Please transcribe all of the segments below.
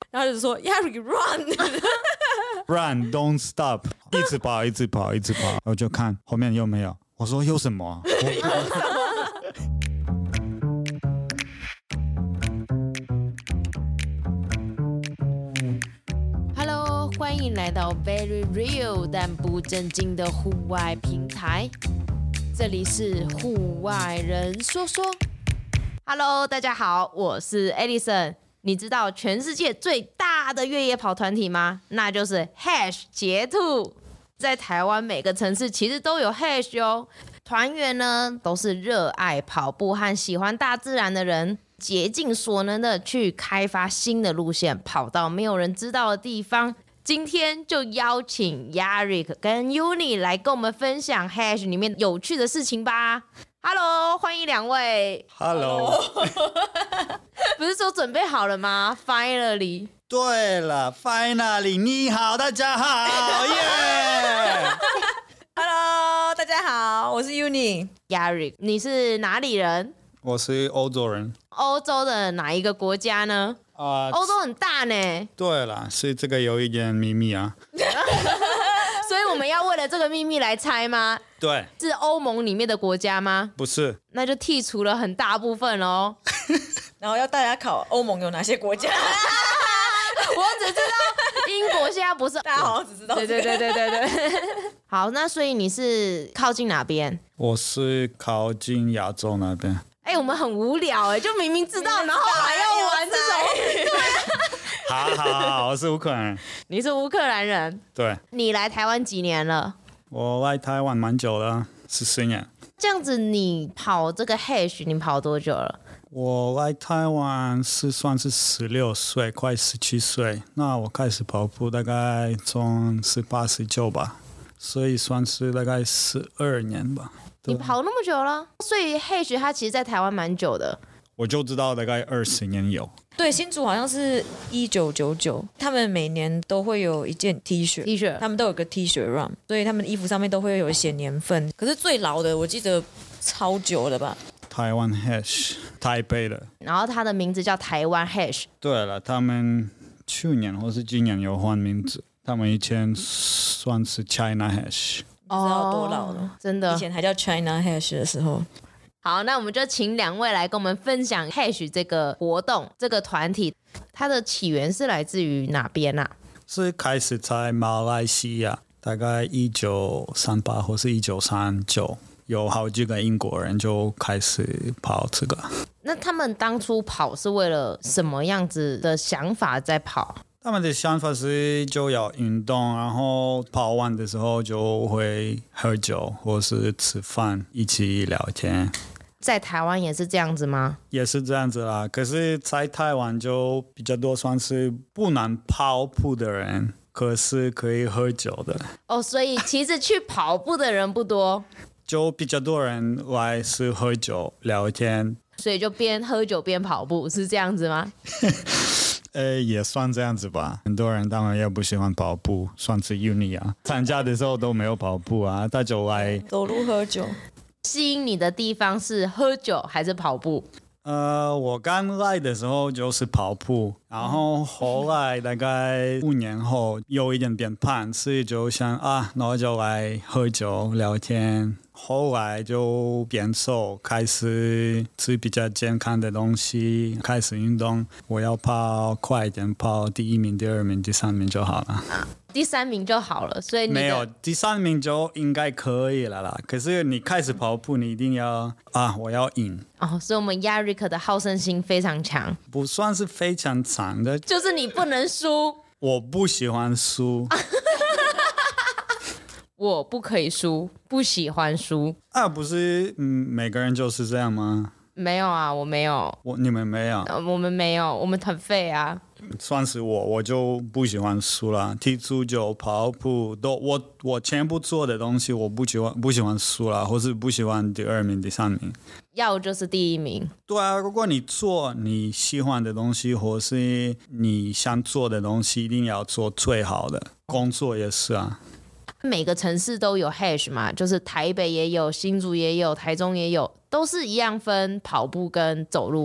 然后就说 Yari run Run, don't stop， 一直跑，一直跑，一直跑。我就看后面有没有，我说有什么啊？ Hello， 欢迎来到 Very Real 但不正经的户外平台，这里是户外人说说。Hello， 大家好，我是 Edison。你知道全世界最大的越野跑团体吗？那就是 Hash 捷兔。在台湾每个城市其实都有 Hash 哦。团员呢都是热爱跑步和喜欢大自然的人，竭尽所能的去开发新的路线，跑到没有人知道的地方。今天就邀请 Yarik 跟 Uni 来跟我们分享 Hash 里面有趣的事情吧。Hello， 欢迎两位。 Hello， 不是说准备好了吗 ？Finally。 对了 ，Finally， 你好，大家好，耶、yeah! Hello， 大家好，我是 Uni。Yarik， 你是哪里人？ 我是欧洲人。 欧洲的哪一个国家呢？欧洲很大呢。 对了，是这个有一点秘密啊。 所以我们要为了这个秘密来猜吗？ 对。 是欧盟里面的国家吗？ 不是。 那就剔除了很大部分哦。 然后要大家考欧盟有哪些国家？ 我只知道英国现在不是， 大家好像只知道、 这个。对。好，那所以你是靠近哪边？ 我是靠近亚洲那边。 我们很无聊就明明知道，然后还要玩这种。 对好，我是乌克兰人。 你是乌克兰人？ 对。 你来台湾几年了？ 我来台湾蛮久了，14年。 这样子，你跑这个 Hash， 你跑多久了？ 我来台湾算是16岁，快17岁。那我开始跑步大概从18、19吧，所以算是大概12年吧。 你跑那么久了，所以 Hash 它其实在台湾蛮久的。 我就知道大概20年有。 对，新竹好像是1999，他们每年都会有一件 T 恤，他们都有个 T 恤 run， 所以他们衣服上面都会有写年份。可是最老的我记得超久了吧？ 台湾 Hash， 台北的。 然后它的名字叫台湾 Hash。 对了，他们去年或是今年有换名字，他们以前算是 China Hash。 你知道多老了？ 真的， 以前还叫 China Hash 的时候。 好，那我们就请两位来跟我们分享 Hash 这个活动，这个团体，它的起源是来自于哪边啊？ 是开始在马来西亚，大概1938或是1939，有好几个英国人就开始跑这个。 那他们当初跑是为了什么样子的想法在跑？ 他们的想法是就要运动，然后跑完的时候就会喝酒或是吃饭，一起聊天。 在台湾也是这样子吗？ 也是这样子啦，可是在台湾就比较多算是不能跑步的人，可是可以喝酒的。 所以其实去跑步的人不多， 就比较多人来是喝酒聊天， 所以就边喝酒边跑步，是这样子吗？ 也算这样子吧。很多人当然也不喜欢跑步，算是 uni 啊，参加的时候都没有跑步啊，他就来走路喝酒。 吸引你的地方是喝酒还是跑步？ 我刚来的时候就是跑步，然后后来大概5年后有一点变胖，所以就想那我就来喝酒聊天。后来就变瘦，开始吃比较健康的东西，开始运动。我要跑快一点，跑第1名、第2名、第3名就好了。 第3名就好了，所以你没有第3名就应该可以了啦。可是你开始跑步，你一定要我要赢所以我们 Yarik 的好胜心非常强， 不算是非常强的， 就是你不能输。 我不喜欢输。 我不可以输，不喜欢输不是每个人就是这样吗？ 没有啊，我没有。 你们没有？ 我们没有，我们很废啊。 算是我就不喜欢输啦，踢足球、跑步都我全部做的东西，我不喜欢输啦，或是不喜欢第2名、第3名， 要就是第1名。 对啊，如果你做你喜欢的东西，或是你想做的东西，一定要做最好的。工作也是啊。 每个城市都有 Hash 嘛，就是台北也有，新竹也有，台中也有，都是一样分跑步跟走路嘛。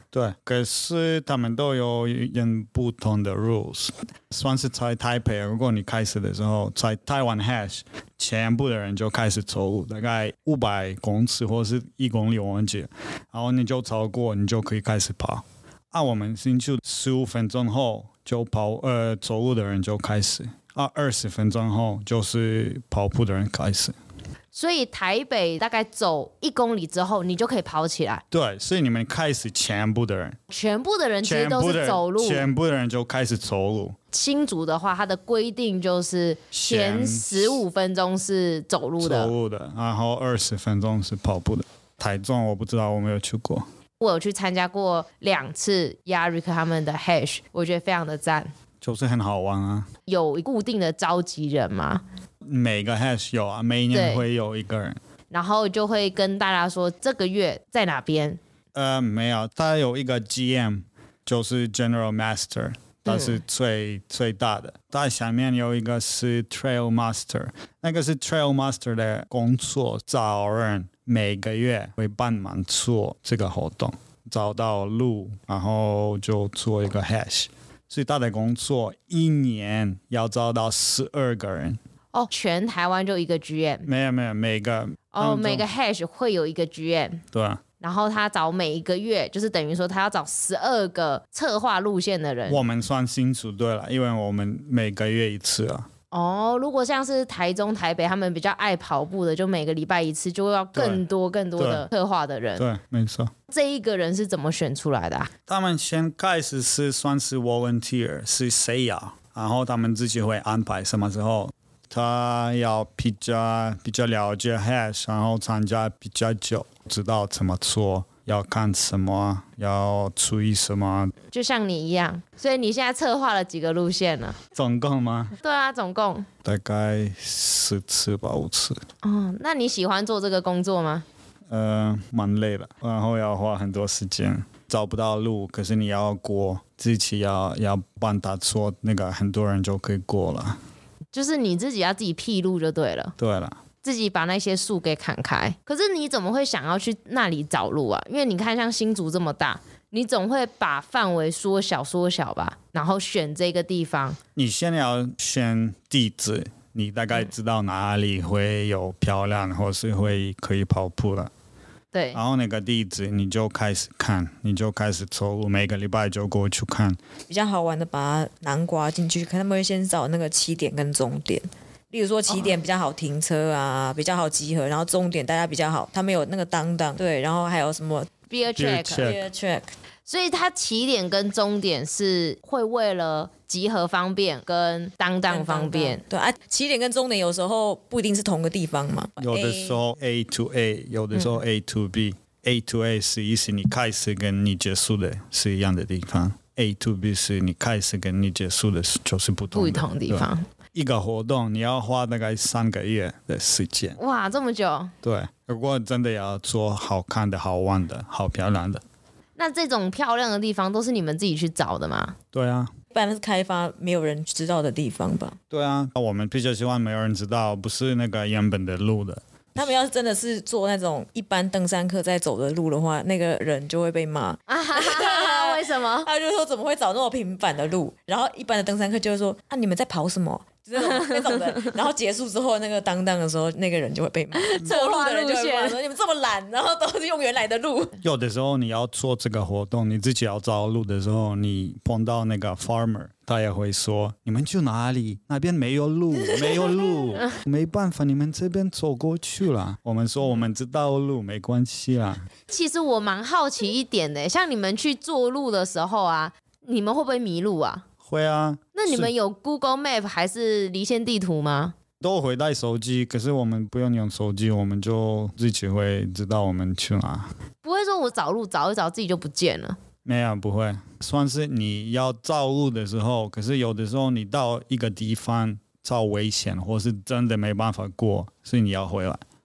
对，可是他们都有一点不同的 rules。算是在台北，如果你开始的时候在台湾 hash， 全部的人就开始走路，大概500公尺或是1公里，我忘记了。然后你就超过，你就可以开始跑。我们进去15分钟后就走路的人就开始。20分钟后就是跑步的人开始。 所以台北大概走1公里之后，你就可以跑起来。 对，所以你们开始全部的人其实都是走路， 全部的人就开始走路。 新竹的话，它的规定就是前15分钟是走路的， 然后20分钟是跑步的。台中我不知道，我没有去过。 我有去参加过2次 Yarik 他们的 hash， 我觉得非常的赞， 就是很好玩啊。有固定的召集人吗？ 每个 hash 有啊，每一年会有一个人， 然后就会跟大家说这个月在哪边。 没有，他有一个 GM， 就是 General Master， 他是最大的。他下面有一个是 Trail Master， 那个是 Trail Master 的工作，找人每个月会帮忙做这个活动，找到路，然后就做一个 hash。所以他的工作1年要找到12个人。 全台湾就一个 GM？ 没有，每个 hash 会有一个 GM。 对啊。 然后他找每一个月，就是等于说他要找12个策划路线的人。 我们算清楚对了，因为我们每个月1次啊。 如果像是台中、台北，他们比较爱跑步的，就每个礼拜1次，就要更多的策划的人。 对，没错。 这一个人是怎么选出来的？ 他们先开始是算是 volunteer， 是谁要，然后他们自己会安排什么时候。他要比较了解 hash， 然后参加比较久，知道怎么做，要看什么，要注意什么。 就像你一样，所以你现在策划了几个路线了？ 总共吗？ 对啊，总共大概4次吧，5次。 那你喜欢做这个工作吗？ 蛮累的，然后要花很多时间，找不到路，可是你要过，自己要帮他做，那个很多人就可以过了。 就是你自己要自己辟路就对了。 对了， 自己把那些树给砍开。可是你怎么会想要去那里找路啊？因为你看像新竹这么大，你总会把范围缩小吧，然后选这个地方。 你先要选地址，你大概知道哪里会有漂亮或是会可以跑步了。 对， 然后那个地址你就开始看，你就开始走路，每个礼拜就过去看。 比较好玩的，把它南瓜进去，看他们会先找那个起点跟终点。例如说起点比较好停车啊，比较好集合，然后终点大家比较好，他们有那个当对，然后还有什么 beer check， 所以它起点跟终点是会为了集合方便跟当方便。 对啊，起点跟终点有时候不一定是同个地方嘛， 有的时候 A to A， 有的时候 A to B。A to A 是意思你开始跟你结束的是一样的地方， A to B 是你开始跟你结束的就是不同地方。 一个活动你要花大概3个月的时间。 哇，这么久？ 对，如果真的要做好看的、好玩的、好漂亮的。 那这种漂亮的地方都是你们自己去找的吗？ 对啊， 一般是开发没有人知道的地方吧。 对啊，我们比较希望没有人知道，不是那个原本的路的。 他们要是真的是做那种一般登山客在走的路的话，那个人就会被骂。 为什么？ 他就说怎么会找那么平凡的路？然后一般的登山客就会说你们在跑什么？那种的，然后结束之后，那个当的时候，那个人就会被骂，走路的人就会骂说你们这么懒，然后都是用原来的路。 有的时候你要做这个活动，你自己要找路的时候，你碰到那个 farmer， 他也会说你们去哪里？那边没有路，没有路，没办法，你们这边走过去了。我们说我们知道路，没关系啦。 其实我蛮好奇一点的，像你们去做路的时候啊，你们会不会迷路啊？ 会啊。 那你们有 Google Map 还是离线地图吗？ 都会带手机，可是我们不用手机，我们就自己会知道我们去哪。 不会说我找路找一找自己就不见了？ 没有，不会。算是你要找路的时候，可是有的时候你到一个地方超危险，或是真的没办法过，所以你要回来。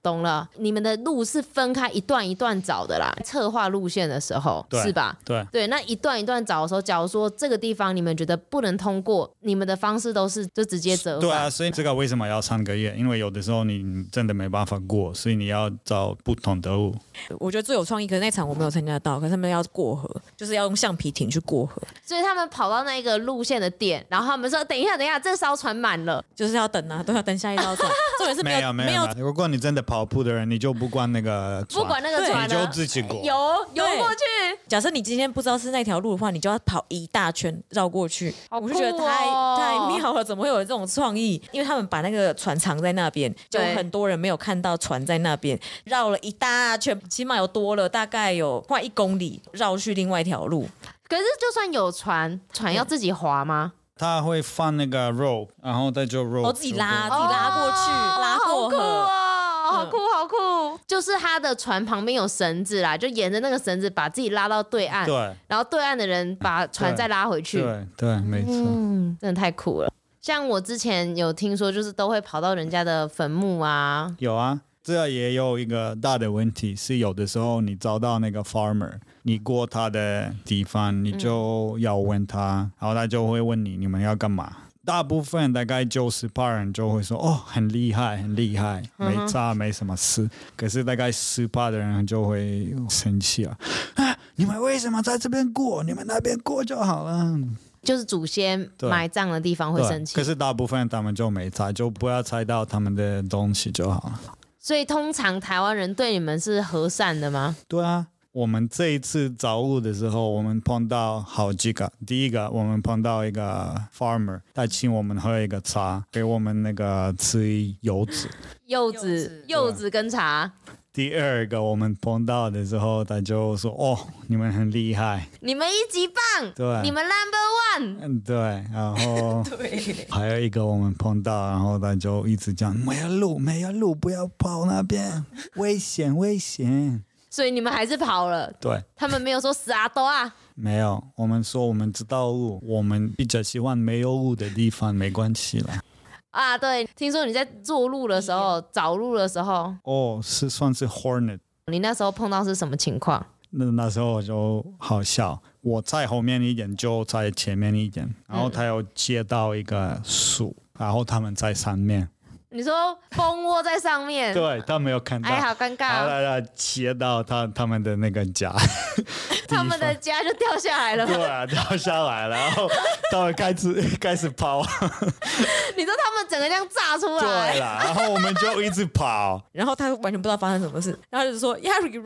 懂了，你们的路是分开一段一段找的啦，策划路线的时候是吧？对，那一段一段找的时候，假如说这个地方你们觉得不能通过，你们的方式都是就直接折返。 对啊，所以这个为什么要3个月？因为有的时候你真的没办法过，所以你要找不同的路。 我觉得最有创意，可是那场我没有参加到，可是他们要过河，就是要用橡皮艇去过河， 所以他们跑到那个路线的点，然后他们说等一下，这艘船满了， 就是要等啊，都要等下一艘船。重点是没有。如果你真的跑步的人，你就不管那个船， 不管那个船， 你就自己过， 游过去。 假设你今天不知道是那条路的话，你就要跑一大圈绕过去。 好酷哦， 我就觉得太妙了，怎么会有这种创意？因为他们把那个船藏在那边，就很多人没有看到船在那边，绕了一大圈，起码有多了大概有快1公里绕去另外一条路。 可是就算有船要自己划吗？ 他会放那个 rope， 然后再就 rope， 自己拉过去，拉过河。 好酷！就是他的船旁边有绳子啦，就沿着那个绳子把自己拉到对岸， 对， 然后对岸的人把船再拉回去， 对，没错， 真的太酷了。像我之前有听说，就是都会跑到人家的坟墓啊， 有啊。这也有一个大的问题是，有的时候你找到那个 farmer， 你过他的地方，你就要问他，然后他就会问你们要干嘛。大部分大概90%人就会说很厉害，没差，没什么事。可是大概10%的人就会生气了，你们为什么在这边过？你们那边过就好了。 就是祖先埋葬的地方会生气。 可是大部分他们就没差，就不要踩到他们的东西就好了。 所以通常台湾人对你们是和善的吗？ 对啊。我们这一次找路的时候，我们碰到好几个。第一个，我们碰到一个 farmer， 他请我们喝一个茶，给我们那个吃柚子跟茶。 第二个，我们碰到的时候，他就说：“你们很厉害， 你们1级棒， 对， 你们 number1。” 对，然后还有一个我们碰到，然后他就一直讲：“没有路，不要跑那边，危险。” 所以你们还是跑了。 对， 他们没有说死阿斗啊。 没有，我们说我们知道路，我们比较喜欢没有路的地方，没关系啦。 啊，对，听说你在做路的时候，找路的时候， 是算是 Hornet。 你那时候碰到是什么情况？ 那时候就好笑，我在后面一点，就在前面一点，然后他有接到一个树，然后他们在上面。 你说蜂窝在上面， 对，他没有看到， 好尴尬。 他接到他们的那个家， 他们的家就掉下来了。 对啊，掉下来了，然后他们开始跑。 你说他们整个这样炸出来， 对啦，然后我们就一直跑， 然后他完全不知道发生什么事，然后就说 Yari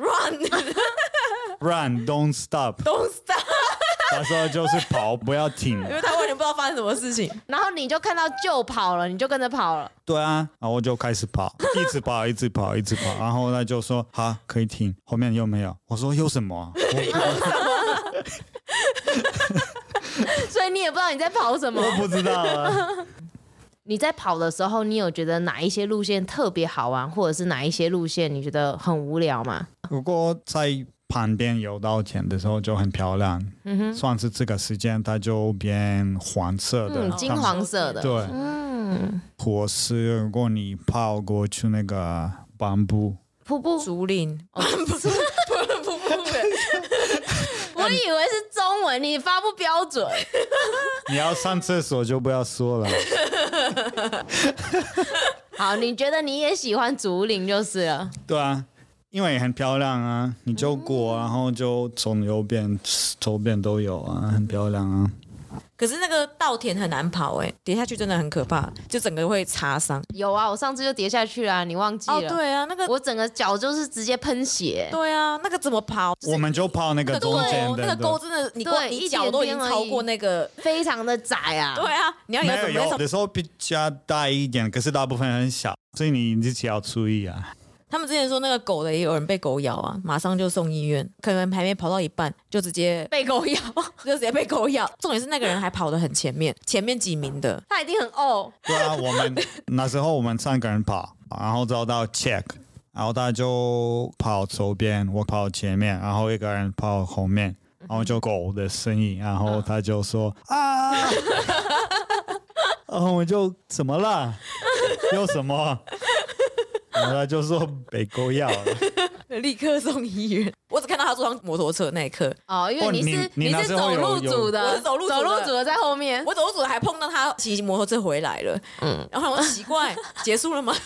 run don't stop。他说就是跑，不要停， 因为他完全不知道发生什么事情。 然后你就看到就跑了，你就跟着跑了。 对啊，然后我就开始跑，一直跑，然后他就说好，可以停，后面又没有。我说有什么？ 所以你也不知道你在跑什么。 我不知道啊。 你在跑的时候，你有觉得哪一些路线特别好玩，或者是哪一些路线你觉得很无聊吗？ 如果在旁边游到前的时候就很漂亮，算是这个时间它就变黄色的， 金黄色的， 对，或是如果你跑过去那个瀑布， 竹林， 我以为是中文，你发不标准。 你要上厕所就不要说了。 好，你觉得你也喜欢竹林就是了。 对啊。因为很漂亮啊，你就过，然后就从右边、左边都有啊，很漂亮啊。 可是那个稻田很难跑跌下去真的很可怕，就整个会擦伤。 有啊，我上次就跌下去了，你忘记了？ 对啊，那个我整个脚就是直接喷血。 对啊，那个怎么跑？ 我们就跑那个中间的， 那个沟真的，你脚都已经超过那个， 非常的窄啊。 对啊，你要有的时候比较大一点，可是大部分很小，所以你自己要注意啊。 他们之前说那个狗的也有人被狗咬啊，马上就送医院，可能还没跑到一半就直接被狗咬， 重点是那个人还跑得很前面几名的， 他一定很对啊，我们那时候我们3个人跑，然后找到 check， 然后他就跑左边，我跑前面，然后一个人跑后面，然后就狗的声音，然后他就说啊，然后我们就怎么了？有什么？ 然后他就说被狗咬了， 立刻送医院。我只看到他坐上摩托车那一刻。 哦，因为你是走路组的， 我是走路组的在后面。 我走路组的还碰到他骑摩托车回来了。然后我奇怪，结束了吗？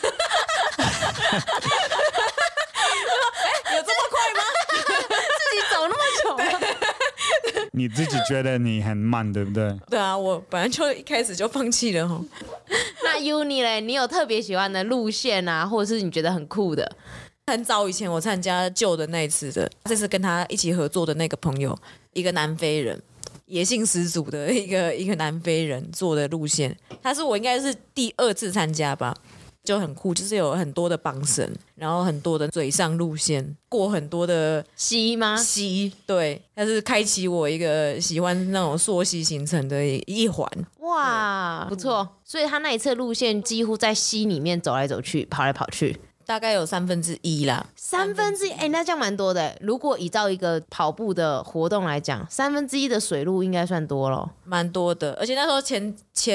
有这么快吗？ 自己走那么久吗？ 你自己觉得你很慢，对不对？ 对啊，我本来就一开始就放弃了齁。 那 Uni 嘞，你有特别喜欢的路线啊，或者是你觉得很酷的？ 很早以前我参加旧的那一次的，这次跟他一起合作的那个朋友，一个南非人，野性十足的一个南非人做的路线，他是我应该是第2次参加吧。就很酷，就是有很多的绑绳，然后很多的水上路线，过很多的溪吗？ 溪，对，它是开启我一个喜欢那种溯溪行程的一环。 哇，不错。所以他那一次路线几乎在溪里面走来走去，跑来跑去。 大概有1/3啦 ，1/3，哎，那这样蛮多的。如果依照一个跑步的活动来讲，1/3的水路应该算多了， 蛮多的。而且那时候前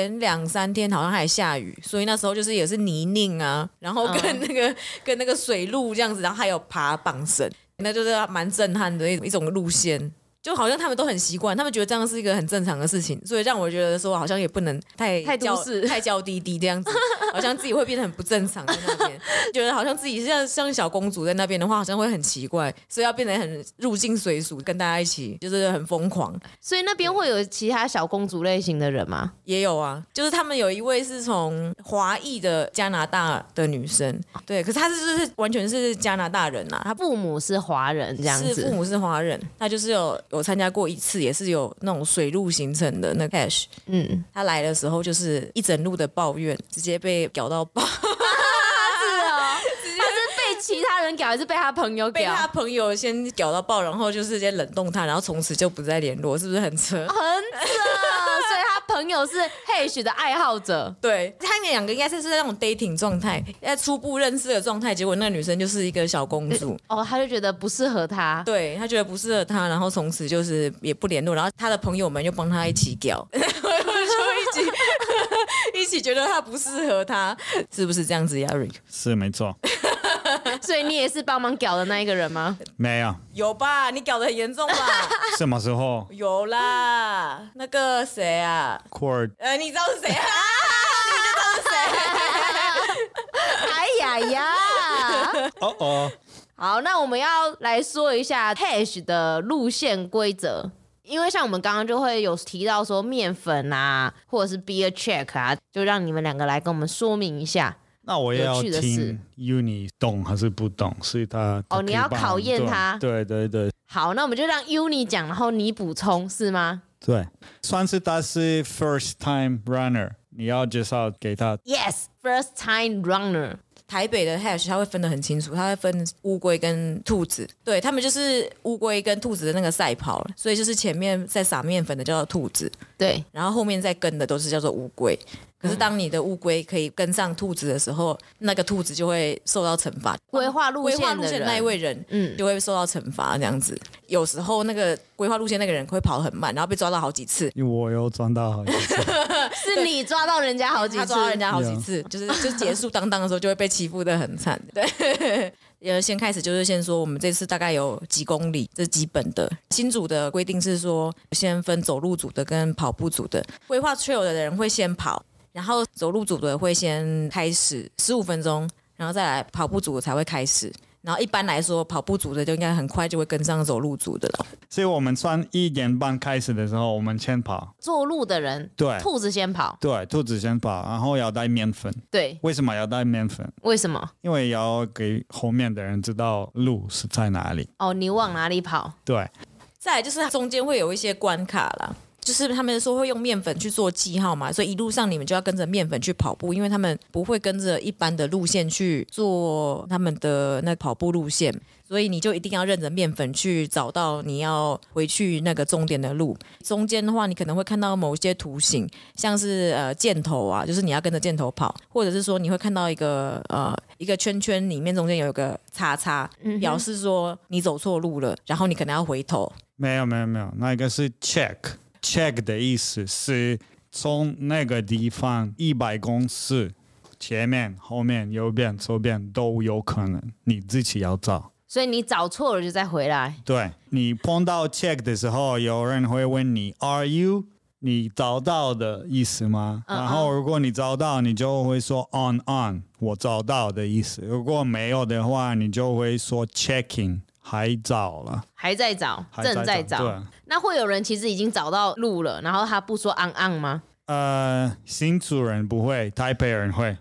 2-3天好像还下雨，所以那时候就是也是泥泞啊，然后跟那个水路这样子，然后还有爬绑绳，那就是蛮震撼的一种路线。就好像他们都很习惯，他们觉得这样是一个很正常的事情，所以让我觉得说好像也不能太都市太娇滴滴这样子，好像自己会变得很不正常在那边，觉得好像自己像小公主在那边的话，好像会很奇怪，所以要变得很入境随俗，跟大家一起就是很疯狂。 所以那边会有其他小公主类型的人吗？ 也有啊，就是他们有一位是从华裔的加拿大的女生，对，可是她就是完全是加拿大人啊，她父母是华人这样子， 是父母是华人，她就是有参加过一次，也是有那种水路行程的那个 Cash， 他来的时候就是一整路的抱怨，直接被搞到爆。是哦，他是被其他人搞，还是被他朋友搞？ 被他朋友先搞到爆，然后就是直接冷冻他，然后从此就不再联络，是不是很扯？ 很扯，所以他朋友是 Hash 的爱好者。 对，他们两个应该是在那种 dating 状态，在初步认识的状态，结果那个女生就是一个小公主。 哦，他就觉得不适合他， 对，他觉得不适合他，然后从此就是也不联络，然后他的朋友们就帮他一起搞，就一起觉得他不适合他，是不是这样子呀 ，Rick？ 是没错。 所以你也是帮忙搞的那一个人吗？ 没有。 有吧？你搞得很严重吧？ 什么时候？ 有啦，那个谁啊 ？Court。 你知道是谁啊？你就知道是谁？ 哎呀呀！ 哦。 好，那我们要来说一下 Hash 的路线规则。因为像我们刚刚就会有提到说面粉啊，或者是 beer check 啊，就让你们两个来跟我们说明一下。 那我也要听 Uni 懂还是不懂，所以他你要考验他。 对。 好，那我们就让 Uni 讲，然后你补充，是吗？ 对，算是他是 first time runner， 你要介绍给他。 Yes， first time runner。 台北的 Hash 它会分得很清楚，它会分乌龟跟兔子，对，他们就是乌龟跟兔子的那个赛跑，所以就是前面在撒面粉的叫做兔子， 对， 然后后面再跟的都是叫做乌龟。可是当你的乌龟可以跟上兔子的时候，那个兔子就会受到惩罚。 规划路线的那一位人，就会受到惩罚这样子。有时候那个规划路线那个人会跑很慢，然后被抓到好几次。 因为我有抓到好几次。 是你抓到人家好几次， 他抓到人家好几次，就结束当的时候就会被欺负得很惨。对。先开始就是先说我们这次大概有几公里，这是基本的。新组的规定是说，先分走路组的跟跑步组的。规划 trail 的人会先跑，然后走路组的会先开始15分钟，然后再来跑步组的才会开始。然后一般来说，跑步组的就应该很快就会跟上走路组的了。 所以我们算1点半开始的时候，我们先跑。 做路的人， 对， 兔子先跑。 对，兔子先跑，然后要带面粉。 对， 为什么要带面粉？ 为什么？ 因为要给后面的人知道路是在哪里。 哦，你往哪里跑？ 对。 再来就是中间会有一些关卡啦。就是他们说会用面粉去做记号嘛，所以一路上你们就要跟着面粉去跑步，因为他们不会跟着一般的路线去做他们的那跑步路线，所以你就一定要认着面粉去找到你要回去那个终点的路。中间的话，你可能会看到某些图形，像是箭头啊，就是你要跟着箭头跑，或者是说你会看到一个圈圈里面中间有一个叉叉，表示说你走错路了，然后你可能要回头。 没有，那个是 check。check 的意思是从那个地方100公尺前面、后面、右边、左边都有可能，你自己要找。 所以你找错了就再回来。 对，你碰到 check 的时候，有人会问你 Are you？ 你找到的意思吗？然后如果你找到，你就会说 on， 我找到的意思。如果没有的话，你就会说 checking， 还找了， 还在找，正在找。 对， 那会有人其实已经找到路了，然后他不说 on 吗？ 新竹人不会，台北人会。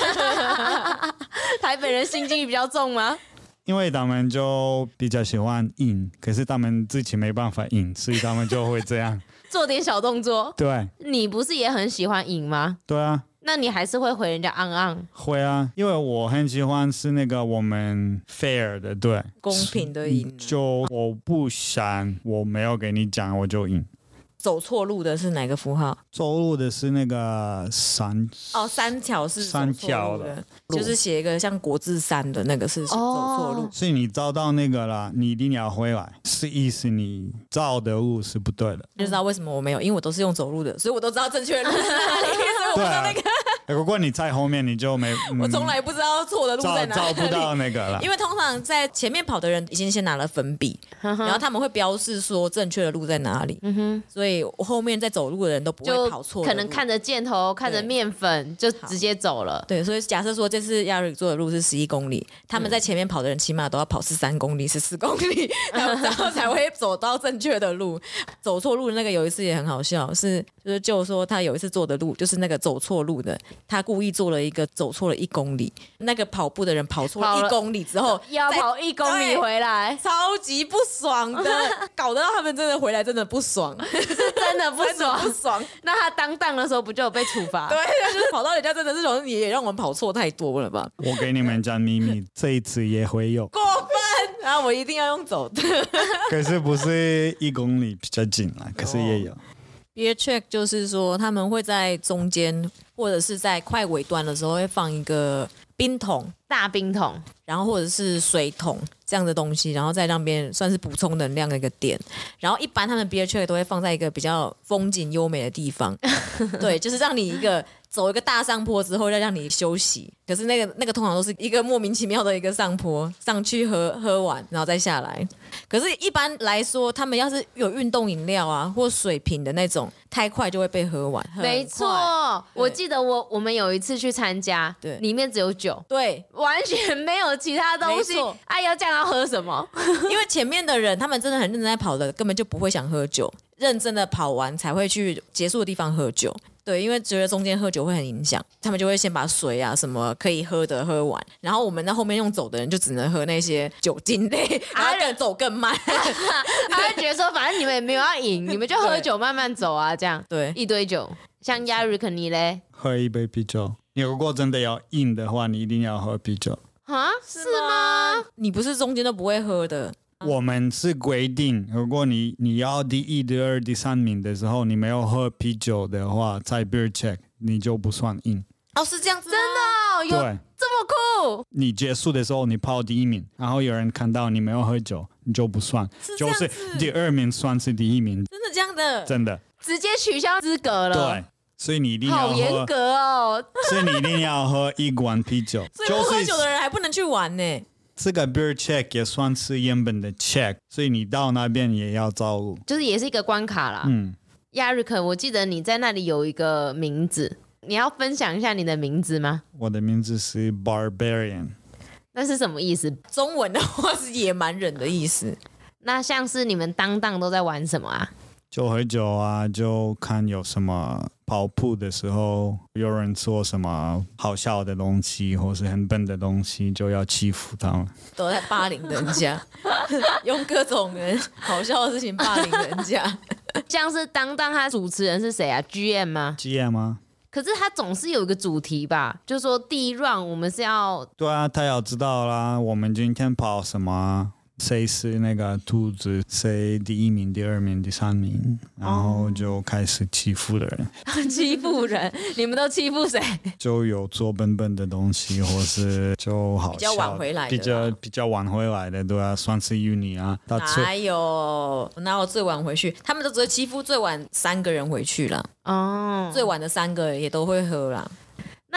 台北人心机比较重吗？ 因为他们就比较喜欢赢，可是他们自己没办法赢，所以他们就会这样做点小动作。 对， 你不是也很喜欢赢吗？ 对啊， 那你还是会回人家 on？ 会啊，因为我很喜欢是那个我们 fair 的，对， 公平的赢。 就我不想我没有给你讲我就赢。 走错路的是哪个符号？ 走路的是那个三条是三条的，就是写一个像国字3的那个是走错路。 所以你找到那个了，你一定要回来，是意思你找的路是不对的。 就知道为什么我没有，因为我都是用走路的，所以我都知道正确的路是哪里，所以我不知道那个。 如果你在后面，你就没， 我从来不知道错的路在哪里， 找不到那个了。 因为通常在前面跑的人已经先拿了粉笔，然后他们会标示说正确的路在哪里，所以我后面在走路的人都不会跑错， 可能看着箭头，看着面粉就直接走了。 对，所以假设说这次亚瑞做的路是11公里，他们在前面跑的人起码都要跑13公里、14公里，然后才会走到正确的路。走错路的那个有一次也很好笑，就是说他有一次做的路就是那个走错路的。他故意做了一个走错了1公里，那个跑步的人跑错了1公里之后， 要跑1公里回来， 超级不爽的，搞得他们真的回来真的不爽， 是真的不爽， 不爽。 那他当档的时候不就有被处罚？ 对，就是跑到人家真的是说你也让我们跑错太多了吧？ 我给你们讲秘密，这一次也会有过分，然后我一定要用走的， 可是不是1公里比较近啦，可是也有。 Beer check 就是说他们会在中间或者是在快尾端的时候会放一个冰桶、 大冰桶， 然后或者是水桶这样的东西，然后再让别人算是补充能量的一个点。然后一般他们 Beer check 都会放在一个比较风景优美的地方，对，就是让你走一个大上坡之后再让你休息。可是那个通常都是一个莫名其妙的一个上坡，上去喝完然后再下来。可是一般来说他们要是有运动饮料啊或水瓶的那种，太快就会被喝完。 没错，我记得我们有一次去参加， 对， 里面只有酒， 对， 完全没有其他东西。要这样要喝什么？ 因为前面的人他们真的很认真在跑的，根本就不会想喝酒，认真的跑完才会去结束的地方喝酒。对，因为觉得中间喝酒会很影响，他们就会先把水啊什么可以喝的喝完，然后我们在后面用走的人就只能喝那些酒精类，然后人走更慢。 他会觉得说，反正你们也没有要赢，你们就喝酒慢慢走啊，这样。 对， 一堆酒。像亚瑞克你嘞， 喝一杯啤酒。你如果真的要赢的话，你一定要喝啤酒。 啊？是吗？ 你不是中间都不会喝的。 我们是规定，如果你要第1、第2、第3名的时候，你没有喝啤酒的话，在 beer check 你就不算赢。 哦，是这样子吗？ 真的哦，有对， 这么酷？ 你结束的时候你跑第1名，然后有人看到你没有喝酒，你就不算，就是第2名算是第1名。 真的这样的？ 真的， 直接取消资格了。 对，所以你一定要喝， 好严格哦。 所以你一定要喝1罐啤酒。 所以不喝酒的人还不能去玩呢。 这个 beer check 也算是原本的 check， 所以你到那边也要照顾， 就是也是一个关卡啦。亚瑞克，我记得你在那里有一个名字，你要分享一下你的名字吗？ 我的名字是 Barbarian。 那是什么意思？ 中文的话是野蛮人的意思。 那像是你们当档都在玩什么啊？ 就喝酒啊，就看有什么跑步的时候有人做什么好笑的东西或是很笨的东西，就要欺负他们， 都在霸凌人家。用各种人好笑的事情霸凌人家。 像是当他主持人是谁啊？ GM 吗？ GM 吗？ 可是他总是有一个主题吧，就是说第1 round 我们是要， 对啊，他要知道啦，我们今天跑什么，谁是那个兔子，谁第1名、第2名、第3名，然后就开始欺负人。 欺负人？你们都欺负谁？ 就有做笨笨的东西，或是就好笑比较晚回来的， 比较晚回来的，对啊，算是uni啊。 哪有最晚回去？他们都只会欺负最晚3个人回去了。哦，最晚的3个也都会喝啦。 那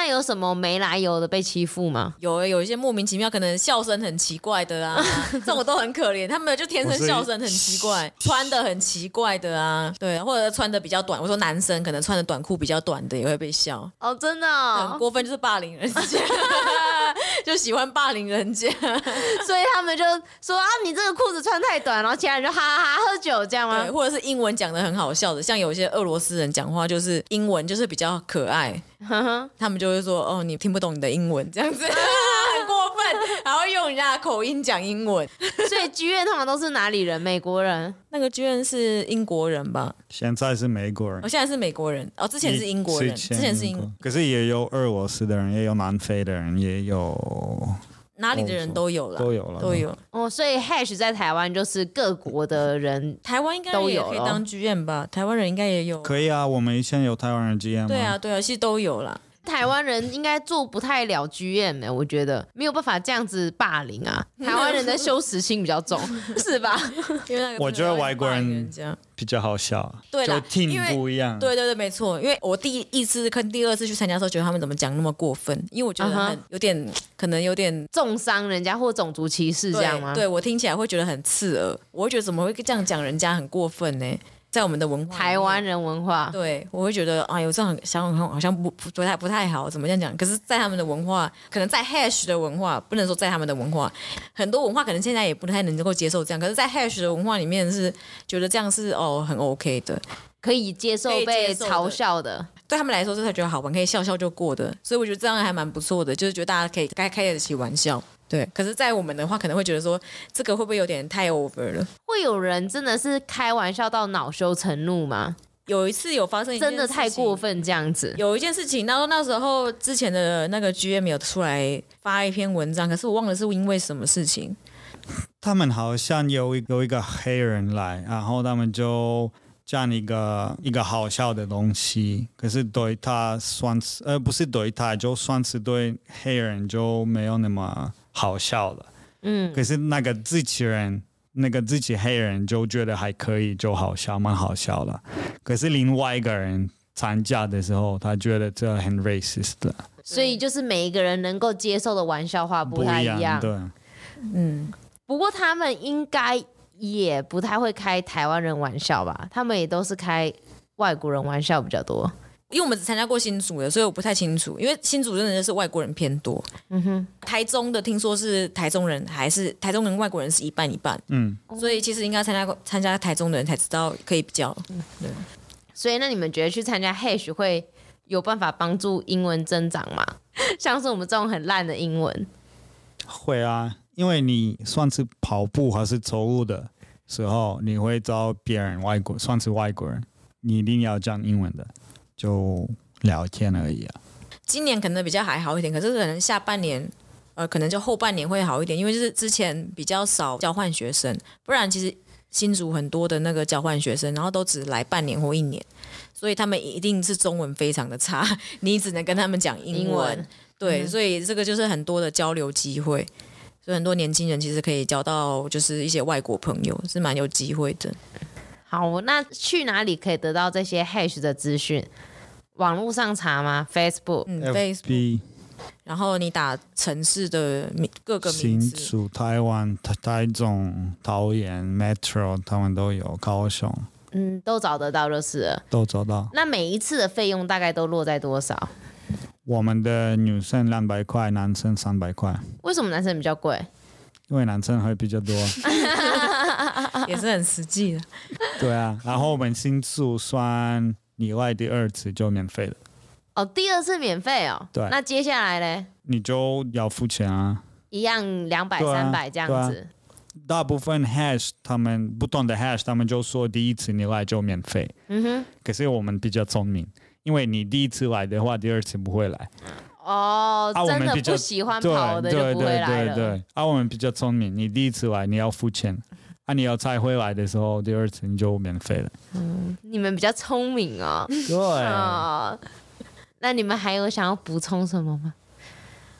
那有什么没来由的被欺负吗？ 有一些莫名其妙，可能笑声很奇怪的啊，这种都很可怜。他们就天生笑声很奇怪，穿的很奇怪的啊，对，或者穿的比较短。我说男生可能穿的短裤比较短的也会被笑。 哦，真的哦， 很过分，就是霸凌人家，就喜欢霸凌人家， 所以他们就说啊，你这个裤子穿太短，然后其他人就哈哈哈喝酒这样吗？ 对，或者是英文讲的很好笑的，像有些俄罗斯人讲话就是英文就是比较可爱，他们就会说哦，你听不懂你的英文这样子。很过分，还会用人家的口音讲英文。 所以剧院通常都是哪里人？美国人？ 那个剧院是英国人吧？ 现在是美国人。 现在是美国人。之前是英国人，之前是英国。 可是也有俄罗斯的人，也有南非的人，也有哪里的人都有了， 都有。 哦，所以 Hash 在台湾就是各国的人， 台湾应该也可以当剧院吧？台湾人应该也有。 可以啊，我们以前有台湾人剧院吗？ 对啊，其实都有啦。 台湾人应该做不太了剧院呢，我觉得没有办法这样子霸凌啊。台湾人的羞耻心比较重，是吧？ 因为我觉得外国人比较好笑， 对啦， 就听不一样。 对，没错。因为我第一次跟第二次去参加的时候，觉得他们怎么讲那么过分？因为我觉得可能有点重伤人家或种族歧视这样吗？ 对，我听起来会觉得很刺耳，我会觉得怎么会这样讲人家很过分呢？在我们的文化， 台湾人文化， 对，我会觉得有这样想好像不太好，怎么这样讲？可是，在他们的文化，可能在 Hash 的文化，不能说在他们的文化，很多文化可能现在也不太能够接受这样。可是，在 Hash 的文化里面是觉得这样是很 OK 的， 可以接受被嘲笑的。对他们来说，是他觉得好玩，可以笑笑就过的。所以我觉得这样还蛮不错的，就是觉得大家可以开得起玩笑。对，可是，在我们的话，可能会觉得说，这个会不会有点太 over 了？ 会有人真的是开玩笑到恼羞成怒吗？ 有一次有发生一件事情， 真的太过分这样子。 有一件事情，然后那时候之前的那个 GM 有出来发一篇文章，可是我忘了是因为什么事情。 他们好像有一个黑人来，然后他们就讲一个好笑的东西，可是对他算是不是对他，就算是对黑人就没有那么好笑了。可是那个机器人，那个自己黑人就觉得还可以，就好笑，蛮好笑了。可是另外一个人参加的时候，他觉得这很 racist 的。 所以就是每一个人能够接受的玩笑话不太一样。 对， 不过他们应该也不太会开台湾人玩笑吧？他们也都是开外国人玩笑比较多。 因为我们只参加过新竹的，所以我不太清楚。因为新竹真的是外国人偏多。台中的听说是台中人，还是台中人外国人是一半一半。所以其实应该参加台中的人才知道可以比较。对。 所以那你们觉得去参加 Hash 会有办法帮助英文增长吗？像是我们这种很烂的英文。 会啊，因为你算是跑步还是走路的时候，你会找别人算是外国人，你一定要讲英文的。就聊天而已啊。 今年可能比较还好一点，可是可能下半年，可能就后半年会好一点，因为就是之前比较少交换学生，不然其实新竹很多的那个交换学生，然后都只来半年或1年，所以他们一定是中文非常的差，你只能跟他们讲英文。对，所以这个就是很多的交流机会，所以很多年轻人其实可以交到就是一些外国朋友，是蛮有机会的。 好，那去哪里可以得到这些 Hash 的资讯？网络上查吗 ？Facebook， Facebook， 然后你打城市的各个名字， 新竹、台湾、台中、桃园、Metro， 他们都有，高雄， 都找得到就是了。 都找到。 那每一次的费用大概都落在多少？ 我们的女生200块，男生300块。 为什么男生比较贵？ 因为男生会比较多。 也是很实际的。 对啊，然后我们新竹算你来第2次就免费了。 哦，第2次免费哦。 对。 那接下来呢？ 你就要付钱啊。 一样200、300这样子。 大部分 Hash 他们不同的 Hash 他们就说第1次你来就免费。可是我们比较聪明，因为你第1次来的话，第2次不会来。 真的不喜欢跑的就不会来了。 对，我们比较聪明，你第1次来你要付钱，你要再回来的时候，第2次你就免费了。 你们比较聪明哦。 对。 那你们还有想要补充什么吗？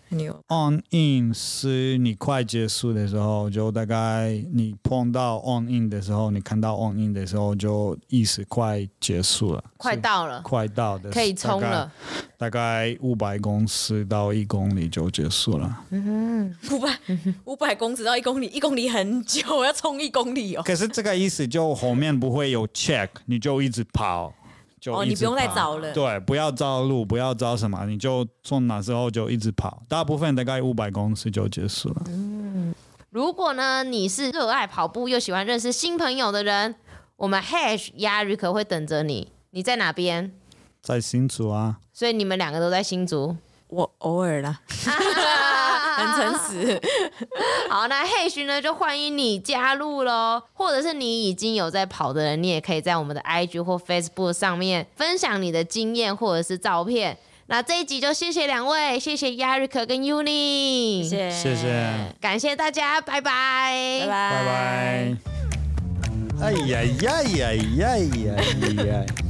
On in 是你快结束的时候，就大概你碰到 on in 的时候，你看到 on in 的时候，就意思快结束了， 快到了， 快到的， 可以冲了， 大概500公尺到1公里就结束了。 500公尺到1公里，1公里很久，要冲1公里哦。 可是这个意思就后面不会有 check， 你就一直跑。 你不用再找了。 对，不要找路，不要找什么，你就从那时候就一直跑，大部分大概500公尺就结束了。 如果呢你是热爱跑步又喜欢认识新朋友的人，我们 Yarik 会等着你。你在哪边？ 在新竹啊。 所以你们2个都在新竹？ 我偶尔啦。很诚实。 好，那Hash呢就欢迎你加入咯，或者是你已经有在跑的人，你也可以在我们的 IG 或 Facebook 上面分享你的经验或者是照片。那这一集就谢谢2位，谢谢 Yarik 跟 Uni， 谢谢， 感谢大家，拜拜， 拜拜。 哎呀呀呀呀呀呀！